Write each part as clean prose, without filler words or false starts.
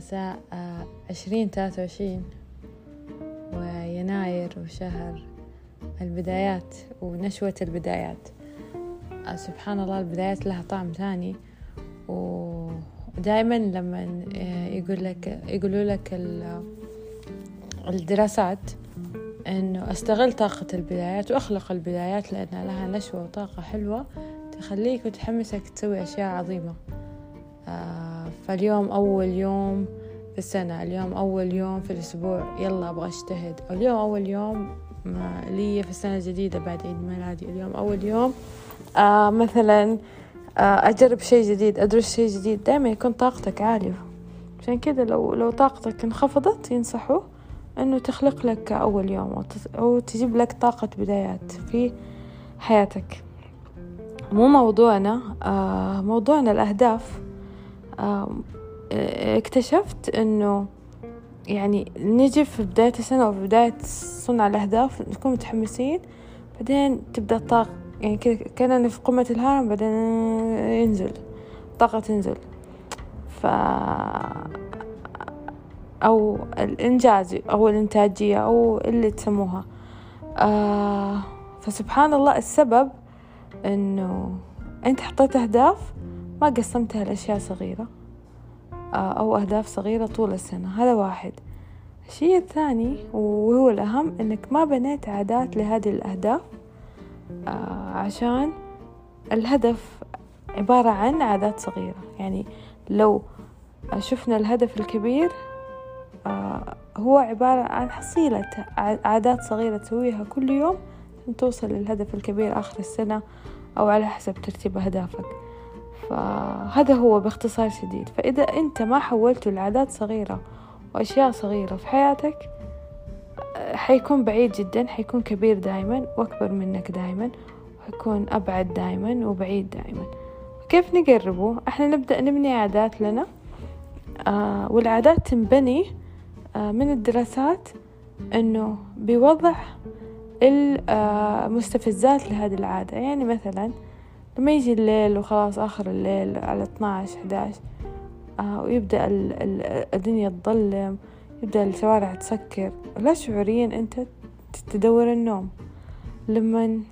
مساء 2023 ويناير وشهر البدايات ونشوة البدايات. سبحان الله، البدايات لها طعم ثاني. ودائما لما يقولوا لك الدراسات إنه استغل طاقة البدايات وأخلق البدايات لأنها لها نشوة وطاقة حلوة تخليك وتحمسك تسوي أشياء عظيمة. فاليوم أول يوم في السنة، اليوم أول يوم في الأسبوع، يلا أبغى أجتهد. أو اليوم أول يوم لي في السنة الجديدة بعد عيد ميلادي، اليوم أول يوم مثلا أجرب شيء جديد، أدرس شيء جديد. دائما يكون طاقتك عالية. عشان كده لو طاقتك انخفضت ينصحوا أنه تخلق لك أول يوم أو تجيب لك طاقة بدايات في حياتك. مو موضوعنا، موضوعنا الأهداف. اكتشفت أنه يعني نجي في بداية السنة أو في بداية صنع الأهداف نكون متحمسين، بعدين تبدأ الطاقة يعني كأننا في قمة الهرم، بعدين ينزل طاقة تنزل. أو الإنجاز أو الإنتاجية أو اللي تسموها. فسبحان الله، السبب إنه أنت حطيت أهداف ما قسمتها لأشياء صغيرة أو أهداف صغيرة طول السنة. هذا واحد. الشيء الثاني وهو الأهم، إنك ما بنيت عادات لهذه الأهداف. عشان الهدف عبارة عن عادات صغيرة. يعني لو شفنا الهدف الكبير هو عبارة عن حصيلة عادات صغيرة تسويها كل يوم توصل للهدف الكبير آخر السنة، أو على حسب ترتيب أهدافك. فهذا هو باختصار شديد. فإذا أنت ما حولته لعادات صغيرة وأشياء صغيرة في حياتك، حيكون بعيد جدا، حيكون كبير دائما وأكبر منك دائما، وحيكون أبعد دائما وبعيد دائما. كيف نقربه؟ احنا نبدأ نبني عادات لنا. والعادات تنبني من الدراسات انه بوضع المستفزات لهذه العادة. يعني مثلا لما يجي الليل وخلاص آخر الليل على 12-11 ويبدأ الدنيا تظلم، يبدأ الشوارع تسكر، لا شعوريا أنت تدور النوم. لما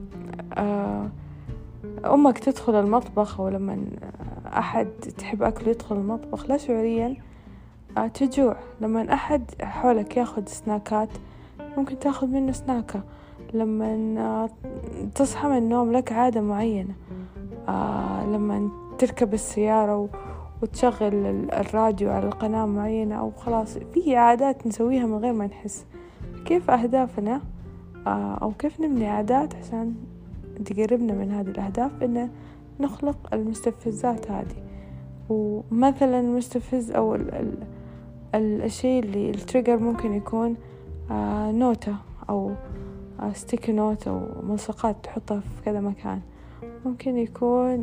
أمك تدخل المطبخ، أو لما أحد تحب أكله يدخل المطبخ، لا شعوريا تجوع. لما أحد حولك ياخد سناكات ممكن تاخد منه سناكة. لما تصحى من النوم لك عادة معينة. لما تركب السيارة وتشغل الراديو على القناة معينة، أو خلاص في عادات نسويها من غير ما نحس. كيف أهدافنا أو كيف نبني عادات عشان تقربنا من هذه الأهداف؟ إن نخلق المستفزات هذه. ومثلا المستفز أو الشيء اللي التريجر ممكن يكون نوتة أو ستيكي نوت أو ملصقات تحطها في كذا مكان. ممكن يكون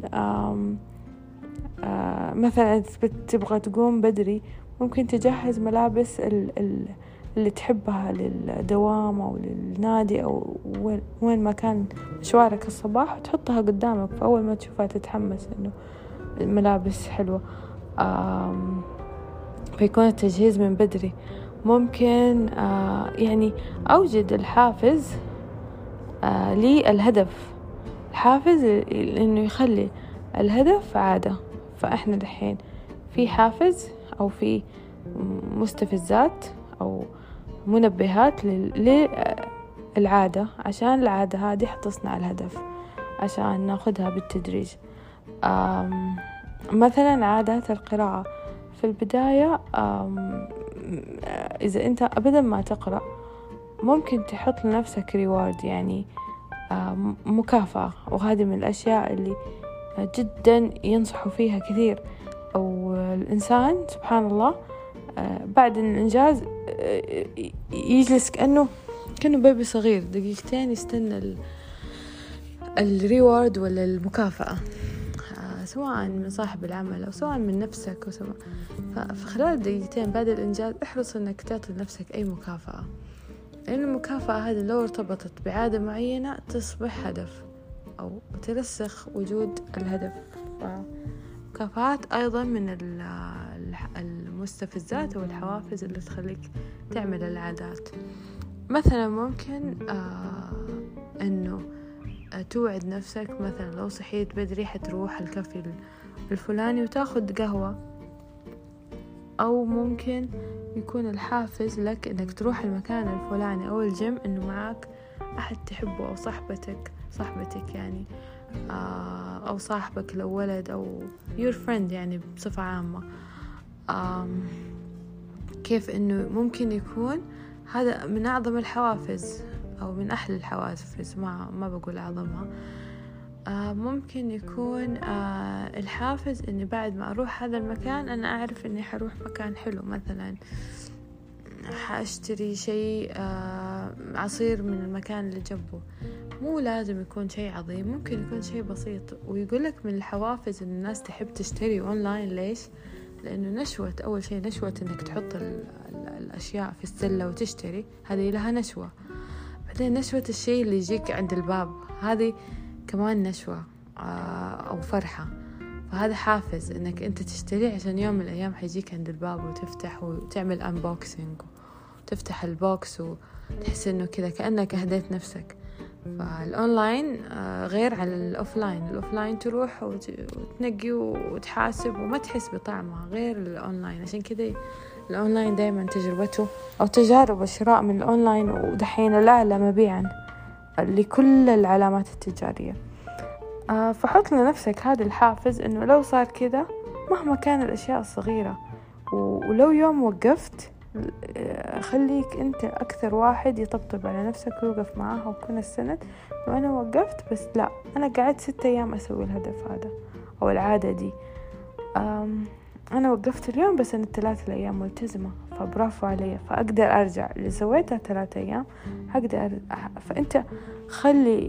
مثلا تبغى تقوم بدري، ممكن تجهز ملابس اللي تحبها للدوام أو للنادي أو وين ما كان مشوارك الصباح، وتحطها قدامك، فأول ما تشوفها تتحمس إنه الملابس حلوة. فيكون التجهيز من بدري. ممكن يعني أوجد الحافز للهدف، الحافز إنه يخلي الهدف عادة. فإحنا دحين في حافز أو في مستفزات أو منبهات للعادة، عشان العادة هذه حتصنع الهدف، عشان ناخدها بالتدريج. مثلا عادات القراءة في البداية، إذا أنت أبدا ما تقرأ ممكن تحط لنفسك ريوارد، يعني مكافأة. وهذه من الأشياء اللي جدا ينصحوا فيها كثير. أو الإنسان سبحان الله بعد الإنجاز يجلس كأنه بيبي صغير دقيقتين يستنى الريوارد ولا المكافأة، سواء من صاحب العمل أو سواء من نفسك. فخلال دقيقتين بعد الإنجاز احرص أنك تعطي لنفسك أي مكافأة، لأن المكافأة هذه لو ارتبطت بعادة معينة تصبح هدف أو ترسخ وجود الهدف. مكافآت أيضا من المستفزات أو الحوافز اللي تخليك تعمل العادات. مثلا ممكن أنه توعد نفسك، مثلا لو صحيت بدري حتروح الكافي الفلاني وتاخد قهوة، أو ممكن يكون الحافز لك أنك تروح المكان الفلاني أو الجيم أنه معاك أحد تحبه، أو صاحبتك يعني، أو صاحبك لو ولد، أو your friend يعني بصفة عامة. كيف أنه ممكن يكون هذا من أعظم الحوافز أو من أحلى الحوافز، ما بقول أعظمها. ممكن يكون الحافز أني بعد ما أروح هذا المكان أنا أعرف أني حروح مكان حلو، مثلا حأشتري شيء عصير من المكان اللي جنبه. مو لازم يكون شيء عظيم، ممكن يكون شيء بسيط. ويقولك من الحوافز أن الناس تحب تشتري أونلاين. ليش؟ لأنه أول شيء نشوة أنك تحط الأشياء في السلة وتشتري، هذه لها نشوة. بعدين نشوة الشيء اللي يجيك عند الباب، هذه كمان نشوة أو فرحة. فهذا حافز أنك أنت تشتري عشان يوم من الأيام حيجيك عند الباب وتفتح وتعمل أنبوكسينج وتفتح البوكس وتحس أنه كذا كأنك أهديت نفسك. فالأونلاين غير على الأوفلاين تروح وتنقي وتحاسب وما تحس بطعمها، غير الأونلاين. عشان كذا الأونلاين دايما تجربته أو تجارب الشراء من الأونلاين ودحين الأعلى مبيعا لكل العلامات التجارية. فحط لنفسك هذا الحافز إنه لو صار كذا مهما كان الأشياء الصغيرة، ولو يوم وقفت خليك أنت أكثر واحد يطبطب على نفسك ويوقف معاها وكون السند. وأنا وقفت، بس لا، أنا قعدت 6 أيام أسوي الهدف هذا أو العادة دي. أنا وقفت اليوم، بس أنا 3 أيام ملتزمة، فبرافو علي، فأقدر أرجع اللي سويتها 3 أيام أقدر فأنت خلي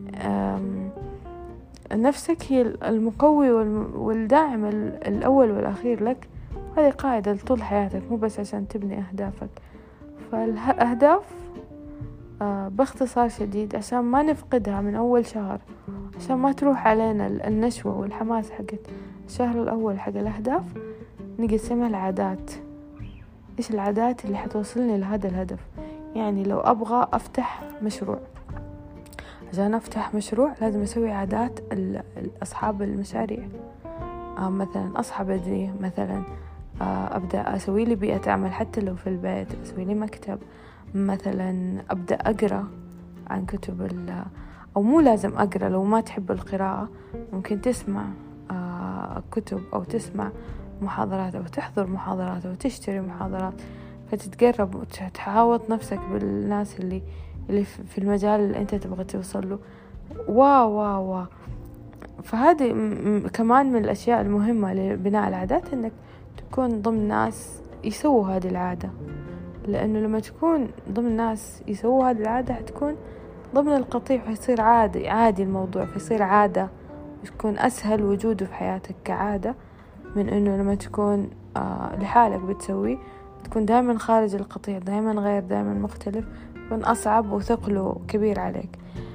نفسك هي المقوي والداعم الأول والأخير لك. هذه قاعدة لطول حياتك، مو بس عشان تبني أهدافك. فالأهداف باختصار شديد عشان ما نفقدها من أول شهر، عشان ما تروح علينا النشوة والحماس حقت الشهر الأول حق الأهداف، نقسمها العادات. إيش العادات اللي حتوصلني لهذا الهدف؟ يعني لو أبغى أفتح مشروع، عشان أفتح مشروع لازم أسوي عادات أصحاب المشاريع. مثلا أصحى بدري، مثلا أبدأ أسوي لي بيئة عمل حتى لو في البيت، أسوي لي مكتب، مثلا أبدأ أقرأ عن كتب أو مو لازم أقرأ، لو ما تحب القراءة ممكن تسمع كتب أو تسمع محاضرات أو تحضر محاضرات أو تشتري محاضرات، فتتقرب وتحاوط نفسك بالناس اللي في المجال اللي أنت تبغى توصل له. واو فهذه كمان من الأشياء المهمة لبناء العادات، أنك تكون ضمن ناس يسووا هذه العادة. لأنه لما تكون ضمن ناس يسووا هذه العادة حتكون ضمن القطيع، فيصير عادي الموضوع، فيصير عادة، يكون أسهل وجوده في حياتك كعادة من أنه لما تكون لحالك بتسوي، تكون دائما خارج القطيع، دائما غير، دائما مختلف، يكون أصعب وثقله كبير عليك.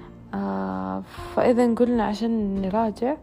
فإذا قلنا عشان نراجع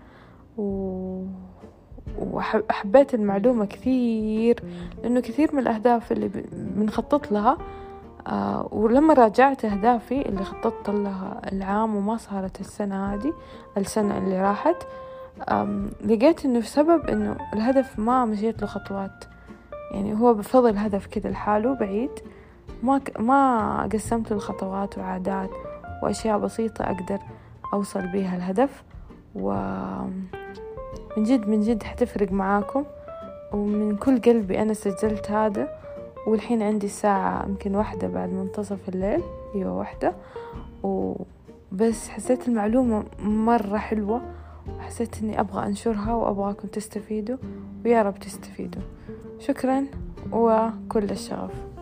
وحبيت المعلومة كثير، لأنه كثير من الأهداف اللي بنخطط لها ولما راجعت أهدافي اللي خططت لها العام وما صارت السنة اللي راحت، لقيت إنه سبب إنه الهدف ما مشيت له خطوات. يعني هو بفضل هدف كده لحاله بعيد، ما قسمت الخطوات وعادات وأشياء بسيطة أقدر أوصل بيها الهدف. ومن جد حتفرق معاكم، ومن كل قلبي أنا سجلت هذا. والحين عندي الساعة يمكن 1 بعد منتصف الليل، 1 وبس حسيت المعلومة مرة حلوة، وحسيت أني أبغى أنشرها وأبغاكم تستفيدوا، ويا رب تستفيدوا. شكرا وكل الشغف.